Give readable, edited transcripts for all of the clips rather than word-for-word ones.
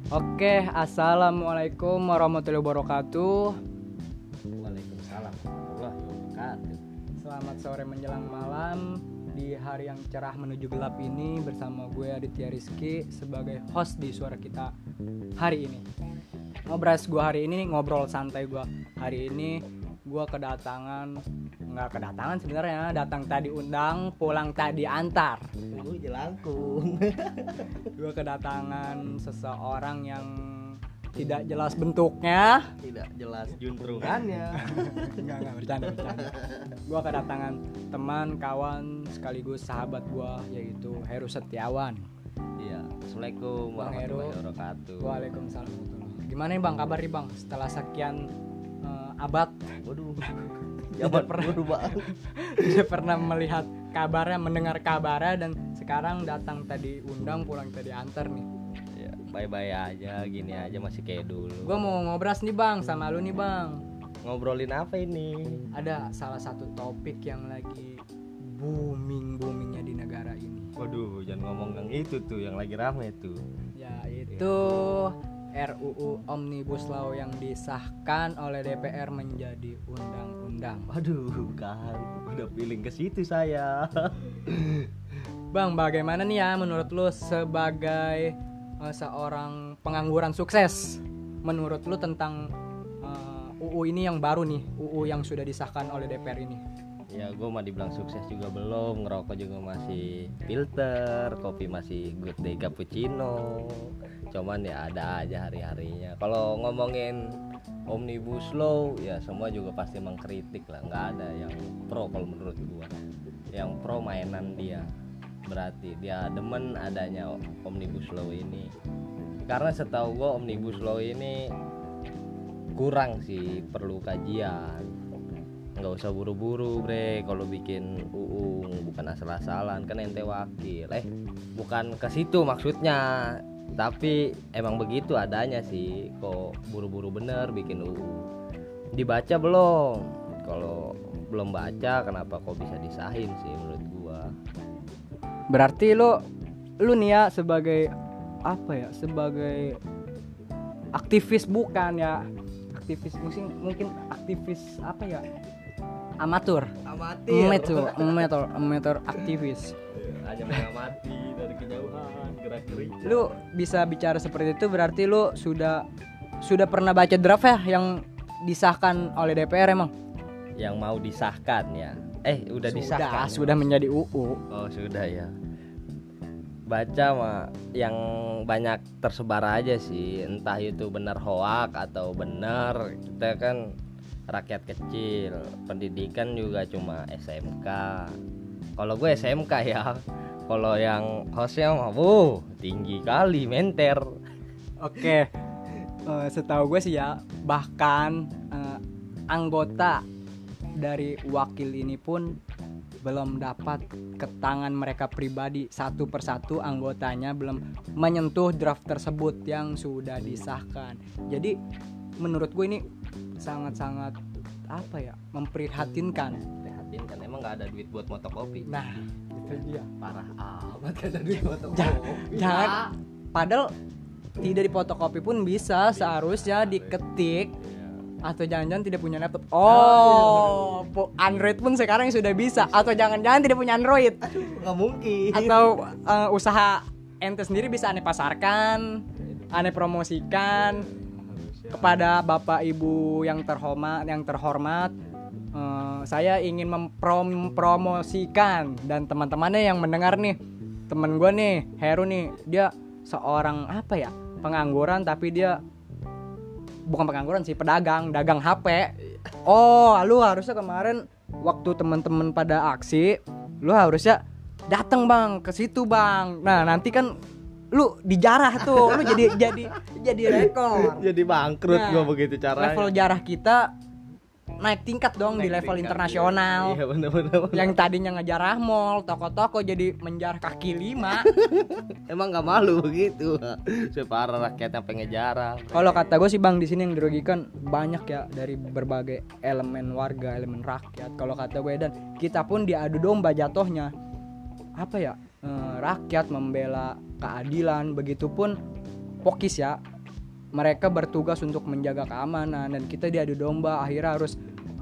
Oke, assalamualaikum warahmatullahi wabarakatuh. Waalaikumsalam warahmatullahi wabarakatuh. Selamat sore menjelang malam di hari yang cerah menuju gelap ini bersama gue Aditya Rizky sebagai host di Suara Kita hari ini. Ngobrol santai gue hari ini. Gue nggak kedatangan sebenarnya, datang tadi undang, pulang tadi antar. Jelangkung. Gue kedatangan seseorang yang tidak jelas bentuknya, Tidak jelas juntrungannya. Enggak bercanda. Gue kedatangan teman, kawan, sekaligus sahabat gue, yaitu Heru Setiawan. Iya, assalamualaikum Bang Heru. warahmatullahi wabarakatuh. Waalaikumsalam. Gimana nih bang, kabar nih bang? Setelah sekian abad, Waduh, Tidak zaman pernah. dulu bang. tidak pernah melihat kabarnya, mendengar kabarnya, dan sekarang datang tadi undang, pulang tadi antar nih. Ya, bye-bye aja, gini aja masih kayak dulu. Gue mau ngobras nih bang, sama lu nih bang. Ngobrolin apa ini? Ada salah satu topik yang lagi boomingnya di negara ini, Waduh, jangan ngomong yang itu tuh, yang lagi rame tuh. yaitu RUU Omnibus Law yang disahkan oleh DPR menjadi undang-undang. Waduh, kan udah feeling ke situ saya. Bang, bagaimana nih ya menurut lu sebagai seorang pengangguran sukses? Menurut lu tentang UU ini yang baru nih, UU yang sudah disahkan oleh DPR ini? Ya gue mah dibilang sukses juga belum, ngerokok juga masih filter, kopi masih good day cappuccino. Cuman ya ada aja hari-harinya. Kalau ngomongin Omnibus Law ya semua juga pasti mengkritik lah, nggak ada yang pro kalau menurut gue. Yang pro mainan dia, berarti dia demen adanya Omnibus Law ini. Karena setahu gue Omnibus Law ini kurang sih, perlu kajian. Nggak usah buru-buru bre kalau bikin UU, bukan asal-asalan, kan ente wakil. Bukan ke situ maksudnya, tapi emang begitu adanya sih. Kok buru-buru bener bikin UU? Dibaca belum? Kalau belum baca kenapa kok bisa disahin sih menurut gua. Berarti lu nih ya sebagai apa ya? Sebagai aktivis bukan ya? Aktivis mungkin aktivis apa ya? Amatur aktivis. Hanya mengamati dari kejauhan gerak-gerik. Lu bisa bicara seperti itu berarti lu sudah pernah baca draft ya yang disahkan oleh DPR emang? Yang mau disahkan ya. Udah disahkan. Sudah menjadi UU. Oh sudah ya. Baca mah yang banyak tersebar aja sih, entah itu benar hoak atau benar. Kita kan rakyat kecil, pendidikan juga cuma SMK. Kalau gue SMK ya. Kalau yang hostnya mah tinggi kali, menter. Oke. Setahu gue sih ya, bahkan anggota dari wakil ini pun belum dapat ke tangan mereka pribadi, satu persatu anggotanya belum menyentuh draft tersebut yang sudah disahkan. Jadi menurut gue ini sangat-sangat apa ya, memprihatinkan. Kan emang nggak ada duit buat motokopi. Nah itu dia, Parah amat gak ada duit motokopi. jangan, padahal tidak dipotokopi pun bisa, seharusnya diketik. Atau jangan-jangan tidak punya laptop. Android pun sekarang sudah bisa. Atau jangan-jangan tidak punya Android. Nggak mungkin. Atau usaha ente sendiri bisa ane pasarkan, ane promosikan kepada Bapak Ibu yang terhormat. Saya ingin mempromosikan, dan teman-temannya yang mendengar nih, temen gue nih, Heru nih, dia seorang apa ya, pengangguran, tapi dia bukan pengangguran sih, dagang HP. Lu harusnya kemarin waktu teman-teman pada aksi, lu harusnya datang bang ke situ bang. Nah nanti kan lu dijarah tuh, lu jadi rekor. Jadi bangkrut Nah, gua begitu caranya. Level jarah kita naik tingkat dong, di level internasional. Iya benar. Yang tadinya ngejarah mall, toko-toko, jadi menjarah kaki lima. Emang nggak malu begitu. Separah rakyat yang pengen jarang. Kalau kata gue sih bang, di sini yang dirugikan banyak ya, dari berbagai elemen warga, elemen rakyat. Kalau kata gue, dan kita pun diadu domba jatuhnya. Apa ya? Rakyat membela keadilan, begitupun pokis ya, mereka bertugas untuk menjaga keamanan dan kita diadu domba, akhirnya harus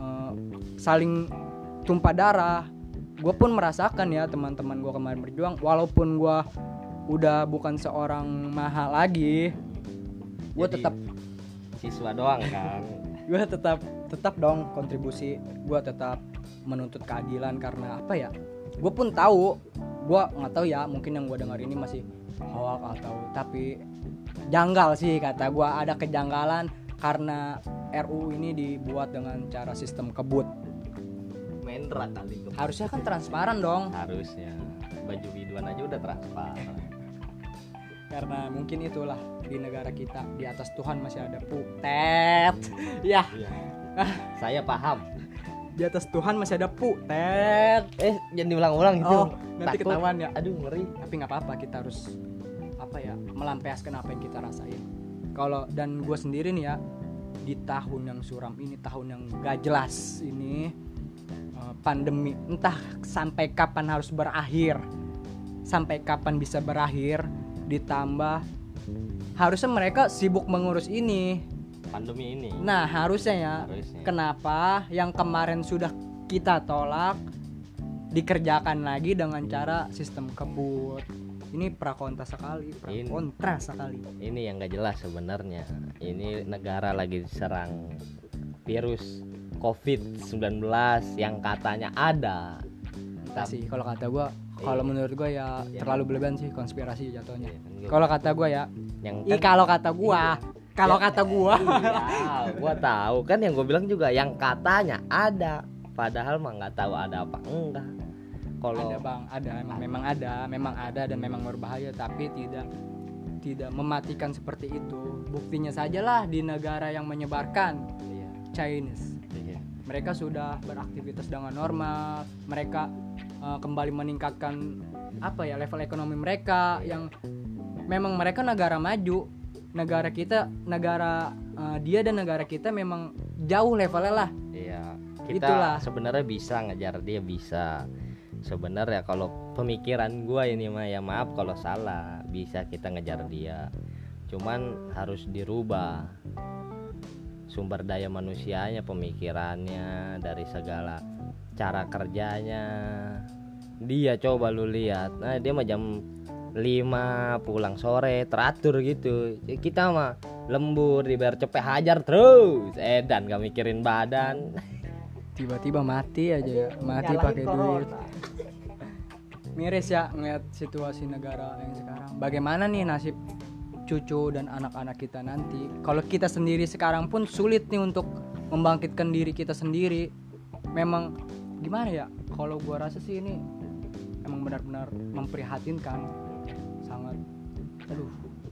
saling tumpah darah. Gue pun merasakan ya teman-teman gue kemarin berjuang, walaupun gue udah bukan seorang mahal lagi, gue tetap siswa doang kan. gue tetap dong kontribusi, gue tetap menuntut keadilan karena apa ya, gue pun tahu, gue nggak tahu ya, mungkin yang gue dengar ini masih hoax atau, tapi janggal sih kata gue, ada kejanggalan karena RUU ini dibuat dengan cara sistem kebut. Mendra kali itu. Harusnya kan transparan dong. Harusnya baju biduan aja udah transparan. Karena mungkin itulah di negara kita, di atas Tuhan masih ada putet. Ya. Iya. Saya paham. Di atas Tuhan masih ada putet. Jangan diulang-ulang gitu. Oh, nanti Takut. ketahuan ya. Aduh, ngeri. Tapi nggak apa-apa, kita harus apa ya, melampiaskan apa yang kita rasain. Kalau dan gue sendiri nih ya, di tahun yang suram ini, tahun yang gak jelas ini, pandemi, entah sampai kapan harus berakhir, sampai kapan bisa berakhir, ditambah harusnya mereka sibuk mengurus ini, Pandemi ini. nah harusnya ya, Harusnya. kenapa yang kemarin sudah kita tolak dikerjakan lagi dengan cara sistem kebut? Ini pra kontra sekali, kontra sekali. Ini yang gak jelas sebenarnya. Ini negara lagi diserang virus COVID-19 yang katanya ada. Entah sih, kalau kata gue, kalau menurut gue ya terlalu berlebihan sih, konspirasi jatuhnya. Iya, Kalau kata gue ya, yang kalau kata gue, kata gue, iya, gua tahu kan, yang gue bilang juga yang katanya ada, padahal mah nggak tahu ada apa enggak. Kalau ada bang, ada, memang ada dan memang berbahaya, tapi tidak mematikan seperti itu. Buktinya sajalah di negara yang menyebarkan, iya, Chinese. iya. Mereka sudah beraktivitas dengan normal, mereka kembali meningkatkan apa ya, level ekonomi mereka, yang memang mereka negara maju. Negara kita, dia dan negara kita memang jauh levelnya lah. Iya, kita Itulah. sebenarnya bisa ngejar dia, bisa. Sebenarnya kalau pemikiran gua ini mah, ya maaf kalau salah, bisa kita ngejar dia. Cuman harus dirubah sumber daya manusianya, pemikirannya, dari segala cara kerjanya. Dia coba lu lihat, nah dia mah jam 5 pulang sore teratur gitu. Kita mah lembur, dibayar cepet hajar terus, edan gak mikirin badan. Tiba-tiba mati aja ya, mati pakai duit. Miris ya ngeliat situasi negara yang sekarang. Bagaimana nih nasib cucu dan anak-anak kita nanti? Kalau kita sendiri sekarang pun sulit nih untuk membangkitkan diri kita sendiri. Memang gimana ya? Kalau gua rasa sih ini emang benar-benar memprihatinkan. Sangat, aduh.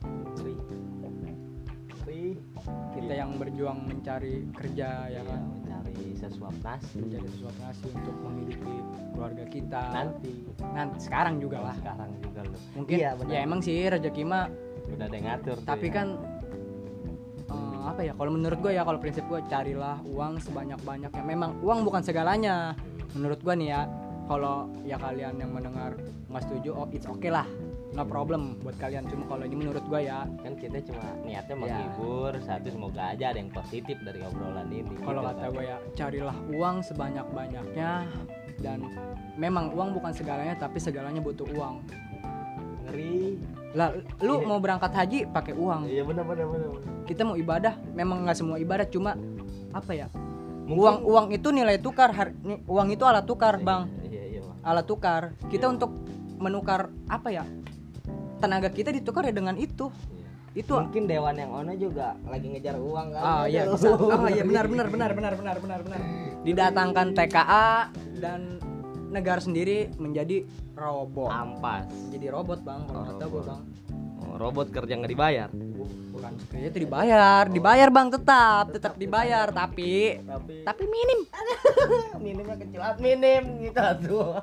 Kita yang berjuang mencari kerja ya kan, Mencari sesuap nasi, mencari sesuatu nasi untuk menghidupi keluarga kita. nanti Sekarang juga lah. sekarang juga lu. Mungkin Iya, benar. ya emang sih rezeki mah, Udah ada yang ngatur tuh, tapi ya. kan apa ya, kalau menurut gue ya, kalau prinsip gue, carilah uang sebanyak-banyaknya. Memang uang bukan segalanya menurut gue nih ya. Kalau ya kalian yang mendengar nggak setuju, oh it's okay lah, no problem buat kalian. Cuma kalau ini menurut gue ya, Kan kita cuma niatnya Ya. menghibur, satu semoga aja ada yang positif dari obrolan ini. kalau gitu kata kan. gue ya, carilah uang sebanyak-banyaknya. Dan memang uang bukan segalanya, tapi segalanya butuh uang. Ngeri. Lah lu Iya. mau berangkat haji pakai uang, Iya, benar. kita mau ibadah, memang nggak semua ibadah, cuma apa ya, Mungkin- uang itu nilai tukar, uang itu alat tukar bang, Iya, Bang. alat tukar. Kita Iya. untuk menukar apa ya, tenaga kita ditukar ya dengan itu. Iya. Itu Mungkin Dewan yang ono juga lagi ngejar uang kan. ah iya Aduh. bisa. Oh iya benar. Didatangkan TKA dan negara sendiri menjadi robot. Ampas. Jadi robot bang, kalau kata gue bang. Oh, robot kerja nggak dibayar. Bukan kerja itu dibayar bang, tetap dibayar, tapi minim. Minimnya kecil, minim gitu tuh.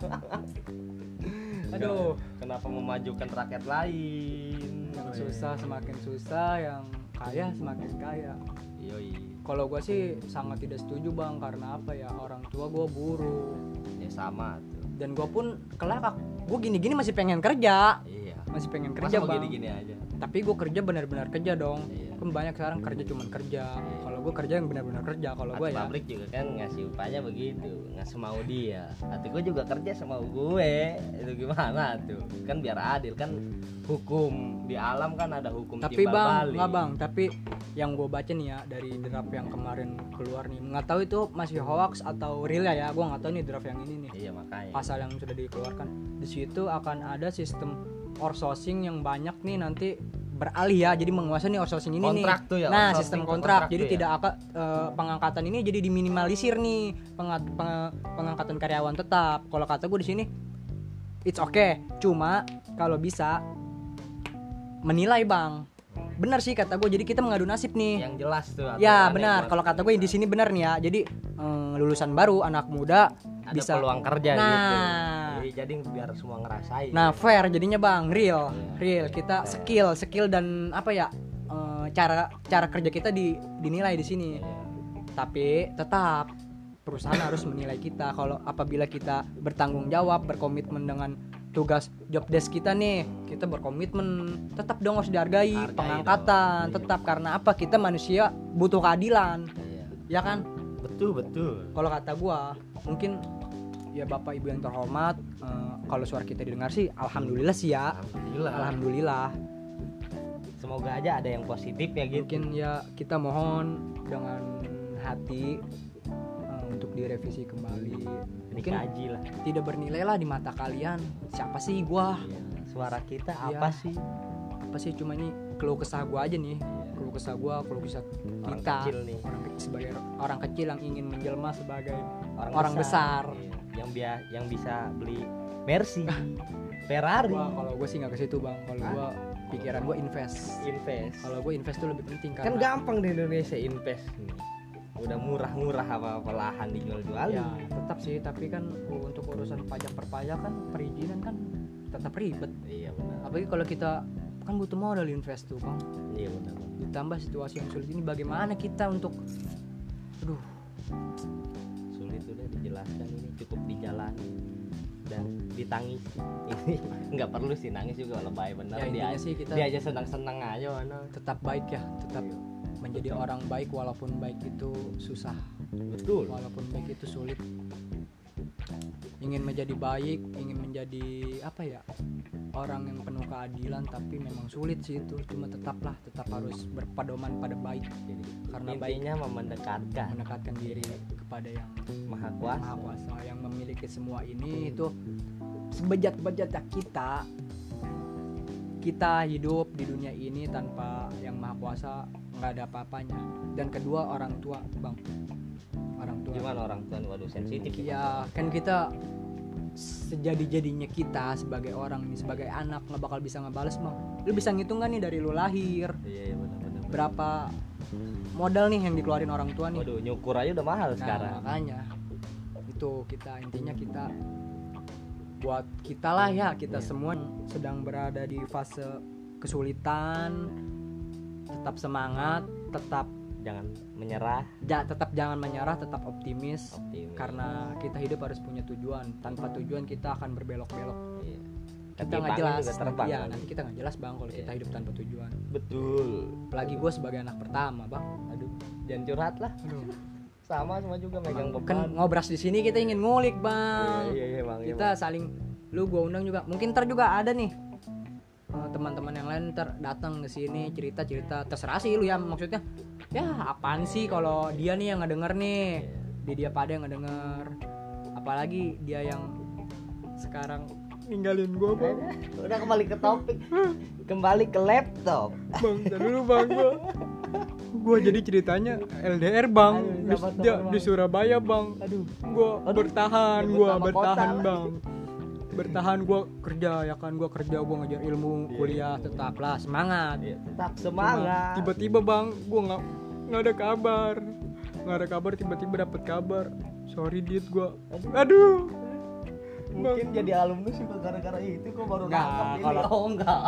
Aduh, Kenapa memajukan rakyat lain? yang susah semakin susah, yang kaya semakin kaya. Yoi. Kalau gue sih sangat tidak setuju bang, karena apa ya, orang tua gue buruh Ya sama tuh. dan gue pun kelakak. Gue gini-gini masih pengen kerja, Iya. masih pengen Masa kerja mau bang. gini-gini aja. Tapi gue kerja benar-benar kerja dong. Iya. Kan banyak sekarang kerja cuman kerja. Kalau gue kerja yang benar-benar kerja. Kalau gue ya pabrik juga kan ngasih upahnya begitu, nggak semau dia. Hati gue juga kerja semau gue. Itu gimana tuh? Kan biar adil kan, hukum di alam kan ada hukum tapi timbal bang, balik. nggak bang, tapi yang gue baca nih ya dari draft yang kemarin keluar nih, nggak tahu itu masih hoax atau real ya, gue nggak tahu nih draft yang ini nih. Iya makanya. Pasal yang sudah dikeluarkan di situ akan ada sistem outsourcing yang banyak nih nanti beralih ya, jadi menguasai nih outsourcing ini Kontrak nih. tuh ya, Nah outsourcing sistem tuh kontrak, kontrak jadi tuh ya. tidak akan pengangkatan ini jadi diminimalisir nih, pengangkatan karyawan tetap. Kalau kata gue di sini it's okay, cuma kalau bisa menilai bang. Benar sih kata gue, jadi kita mengadu nasib nih. Yang jelas tuh. Ya aturannya benar, buat kalau kata gue di sini benar nih ya. Jadi lulusan baru, anak muda ada bisa peluang kerja Nah. gitu. Jadi biar semua ngerasain. Nah fair jadinya bang, real kita Iya. skill dan apa ya, cara kerja kita dinilai di sini. Iya. Tapi tetap perusahaan harus menilai kita. Kalau apabila kita bertanggung jawab, berkomitmen dengan tugas job desk kita nih, kita berkomitmen, tetap dong harus dihargai. Hargai Pengangkatan dong. tetap, karena apa, kita manusia butuh keadilan Iya. ya kan. Betul. Kalau kata gua mungkin ya Bapak Ibu yang terhormat, kalau suara kita didengar sih alhamdulillah sih ya. Alhamdulillah. Semoga aja ada yang positif ya gitu. Mungkin ya kita mohon dengan hati untuk direvisi kembali. Mungkin Dikaji lah. tidak bernilai lah di mata kalian. Siapa sih gua? Iya. Suara kita Iya. apa sih? Apa sih, cuma ini keluh kesah gua aja nih. Keluh kesah gua, keluh kesah Orang kita. kecil nih. Sebagai orang kecil yang ingin menjelma sebagai orang besar. Iya. Yang bisa beli Mercy, Ferrari. Wah, kalau gue sih nggak ke situ bang. Kalau gue pikiran gue invest. Kalau gue invest tuh lebih penting Kan karena gampang di Indonesia invest nih. Udah murah-murah apa lahan dijual-jual. ya tetap sih, tapi kan untuk urusan pajak perpajakan, perizinan kan tetap ribet. Iya benar. Apalagi kalau kita kan butuh modal invest tuh bang. Iya benar. Ditambah situasi yang sulit ini, bagaimana kita untuk, aduh, Sulit udah dijelaskan, ini cukup dijalani dan ditangisi. Ini nggak perlu sih nangis juga, lebay bener. Ya, intinya sih kita- dia aja senang-senang aja mana. tetap baik ya, tetap menjadi orang baik walaupun baik itu susah, Betul. walaupun baik itu sulit. Ingin menjadi baik, ingin menjadi apa ya, orang yang penuh keadilan, tapi memang sulit sih itu. Cuma tetap harus berpedoman pada baik, Jadi, karena intinya mendekatkan mendekatkan diri kepada yang Maha Maha Kuasa. Kuasa yang memiliki semua ini. Itu sebejat-bejatnya kita hidup di dunia ini tanpa yang Maha Kuasa nggak ada apa-apanya. Dan kedua, orang tua bang, orang tua. Gimana orang tua? Waduh, sensitif Ya kan kita sejadi-jadinya kita sebagai orang nih, sebagai anak nggak bakal bisa ngebales bang. Lu bisa ngitung kan nih dari lu lahir Iya benar-benar. berapa modal nih yang dikeluarin orang tua nih. Waduh, nyukur aja udah mahal Nah, sekarang. makanya itu intinya kita buat kita lah ya, kita semua sedang berada di fase kesulitan, tetap semangat, tetap Jangan menyerah. tetap jangan menyerah, tetap optimis. Optimis. Karena kita hidup harus punya tujuan. Tanpa tujuan kita akan berbelok-belok. Iya. Kita Kaki nggak tangan jelas. juga terbang. Iya, nanti kita nggak jelas bang kalau kita hidup tanpa tujuan. Betul. Apalagi gue sebagai anak pertama bang. Aduh, jangan curhat lah. Aduh. Sama semua juga megang beban. Kan ngobras di sini kita ingin ngulik bang. Iya bang. Kita saling, lu gue undang juga. Mungkin ntar juga ada nih teman-teman yang lain ntar datang ke sini cerita, terserah sih lu ya, maksudnya ya apaan sih kalau dia nih yang ngedenger nih, dia pada yang ngedenger, apalagi dia yang sekarang ninggalin gua bang. Udah kembali ke topik. Kembali ke laptop. Bang, dulu bang, gua jadi ceritanya LDR bang. Aduh, sabar, Dia bang. di Surabaya bang. Gua bertahan, nyebut nama kota lagi. bang. Bertahan, gua kerja ya kan, gua ngejar ilmu, kuliah, tetaplah semangat. Iya, tetap semangat. Tiba-tiba bang, gua nggak ada kabar, tiba-tiba dapet kabar, sorry dit gua. Aduh. Mungkin jadi alumnus juga gara-gara itu kok baru Nggak, nangkep ini. kalau- Oh enggak.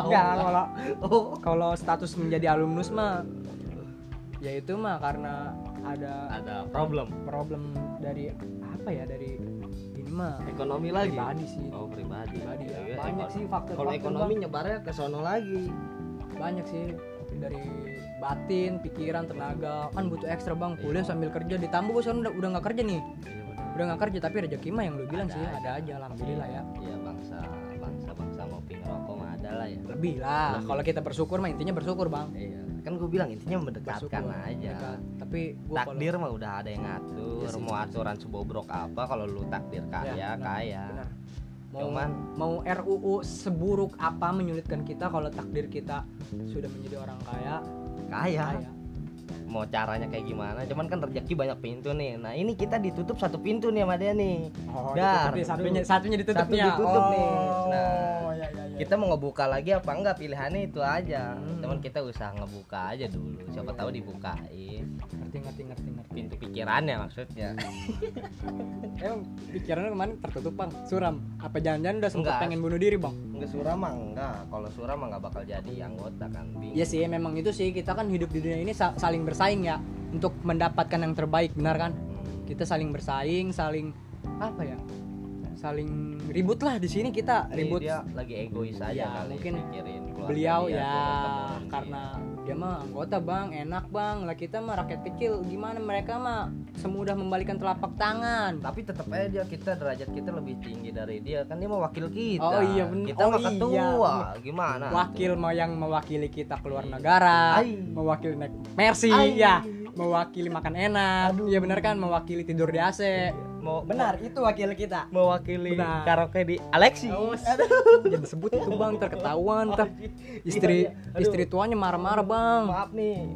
Kalau status menjadi alumnus mah, ya itu mah karena Ada problem dari apa ya, dari ini mah ekonomi lagi. pribadi sih. Oh, pribadi. Pribadi ya. Iya, Banyak sih faktor. Kalau ekonomi nyebarnya ke sono lagi. banyak sih, dari batin, pikiran, tenaga, kan butuh ekstra bang, kuliah sambil kerja, ditambah gue sekarang udah nggak kerja nih, Iya, benar. udah nggak kerja, tapi rezeki mah yang lu bilang Ada sih aja. ada aja, alhamdulillah ya, Iya, bangsa ngopi ngerokok mah ada lah ya. lebih lah, kalau kita bersyukur mah intinya bersyukur bang, Iya, kan gue bilang intinya mendekatkan bersyukur aja. dekat. Tapi gua Takdir mah udah ada yang ngatur, Iya sih, mau aturan sebobrok apa, kalau lu takdir kaya, benar, kaya. benar. Mau RUU seburuk apa menyulitkan kita, kalau takdir kita sudah menjadi orang kaya, Kaya. kaya. Mau caranya kayak gimana, cuman kan rezeki banyak pintu nih. Nah ini kita ditutup satu pintu nih sama dia nih. Oh, Dar, ditutup nih, satunya ditutup Satu nih ya? ditutup nih. Oh, Nah, ya, ya, ya. kita mau ngebuka lagi apa enggak, pilihannya itu aja. Hmm. Cuman kita usaha ngebuka aja dulu, siapa tahu dibukain ngerti. pintu pikirannya maksudnya. Emang pikirannya kemarin tertutup bang, suram. Apa jangan-jangan udah sempet Enggak. pengen bunuh diri bang? Enggak, suram mah enggak. Kalau suram mah enggak bakal jadi anggota kan. Bingung. Iya sih, memang itu sih, kita kan hidup di dunia ini saling bersaing ya, untuk mendapatkan yang terbaik, benar kan? Kita saling bersaing, saling apa ya? Saling ribut lah di sini, kita Nih, ribut. dia lagi egois aja Ya, kali, mungkin mikirin keluarga Beliau dia, ya teman-teman karena dia mah anggota bang, enak bang. Lah kita mah rakyat kecil, gimana mereka mah semudah membalikan telapak tangan. tapi tetap aja kita derajat kita lebih tinggi dari dia, kan dia mau wakil kita. Oh iya, bener. Kita Oh mah ketua, iya. gimana Wakil mau yang mewakili kita keluar negara, Ai. mewakili naik Mercy Ai. ya, mewakili makan enak. Iya benar kan, mewakili tidur di AC. mau Benar, itu wakil kita. mewakili Benar. karaoke di Alexi. Jangan sebut itu bang, terketahuan ntar. Istri Iya, iya. Aduh. istri tuanya marah-marah bang. Maaf nih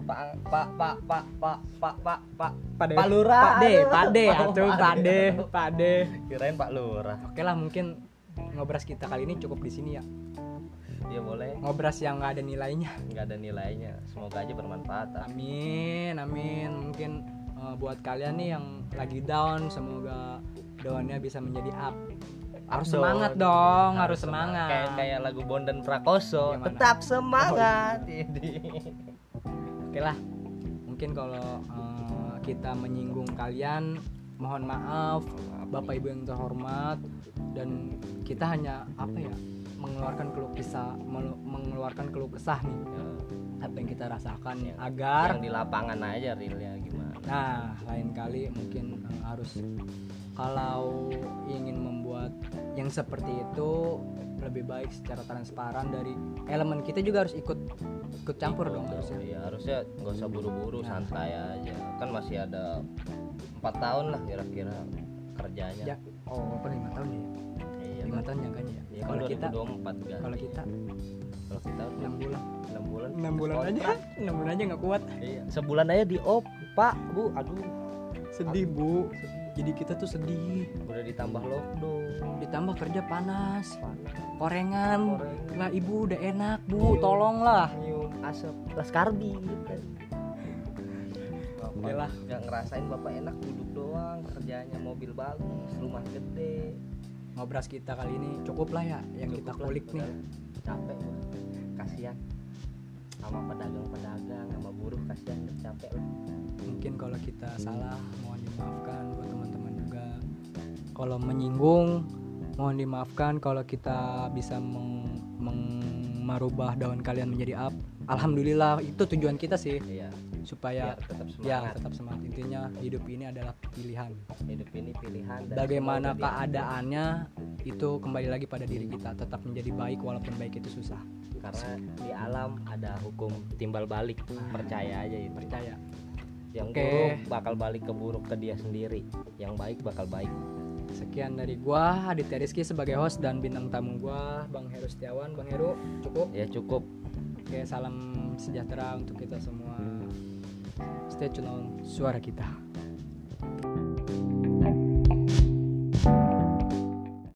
Pak Pade, Pak Lurah. Pak De, Aduh. atuh Pak De. Kirain Pak Lurah. Oke lah, mungkin ngobras kita kali ini cukup di sini ya. Ya boleh, Ngobras yang nggak ada nilainya. nggak ada nilainya, semoga aja bermanfaat. Amin. Mungkin buat kalian nih yang lagi down, semoga downnya bisa menjadi up. Harus Down. semangat dong, harus semangat. Kayak lagu Bondan Prakoso, Gimana? tetap semangat. Oke lah, mungkin kalau kita menyinggung kalian, mohon maaf, Bapak Ibu yang terhormat, dan kita hanya apa ya, mengeluarkan keluh kesah nih, apa yang kita rasakan Ya, agar yang di lapangan aja realnya gimana. nah lain kali mungkin harus, kalau ingin membuat yang seperti itu lebih baik secara transparan, dari elemen kita juga harus ikut campur dong harusnya. Iya, harusnya nggak usah buru-buru, santai aja. Kan masih ada 4 tahun lah kira-kira kerjanya. Ya, oh apa 5 tahun ya? Iya, 5 tahun jangkanya ya. Iya, kan Kalau kita 2024 kan. kalau kita 6 bulan. 6 bulan. 6 bulan aja. 6 bulan aja nggak kuat. Iya, sebulan aja di op, Pak, Bu. Aduh, Sedih, Bu. Jadi kita tuh sedih. udah ditambah lockdown. Ditambah kerja panas, korengan. Korengan. Lah Ibu udah enak, Bu. Tolonglah. Nyium asap Laskarbi gitu. Oke lah. Nggak ngerasain Bapak enak duduk doang, kerjanya mobil bagus, rumah gede. Ngobras kita kali ini cukup lah ya yang kita Cukup lah, kulik nih. bener. Capek gua. Kasihan sama pedagang-pedagang, sama buruh, kasihan capek lah. Mungkin kalau kita salah mohon dimaafkan, buat teman-teman juga kalau menyinggung mohon dimaafkan. Kalau kita bisa merubah daun kalian menjadi up, alhamdulillah, itu tujuan kita sih, Iya, supaya biar tetap ya semangat. tetap semangat. Intinya hidup ini adalah pilihan, Hidup ini pilihan dan bagaimana semua udah keadaannya itu kembali lagi pada diri kita. Tetap menjadi baik walaupun baik itu susah, karena di alam ada hukum timbal balik, percaya aja itu. percaya. Yang Oke. buruk bakal balik ke buruk ke dia sendiri, yang baik bakal baik. Sekian dari gua Aditya Rizky sebagai host, dan bintang tamu gua Bang Heru Setiawan. Bang Heru, cukup. Ya cukup. Oke, salam sejahtera untuk kita semua. Stay tune on suara kita.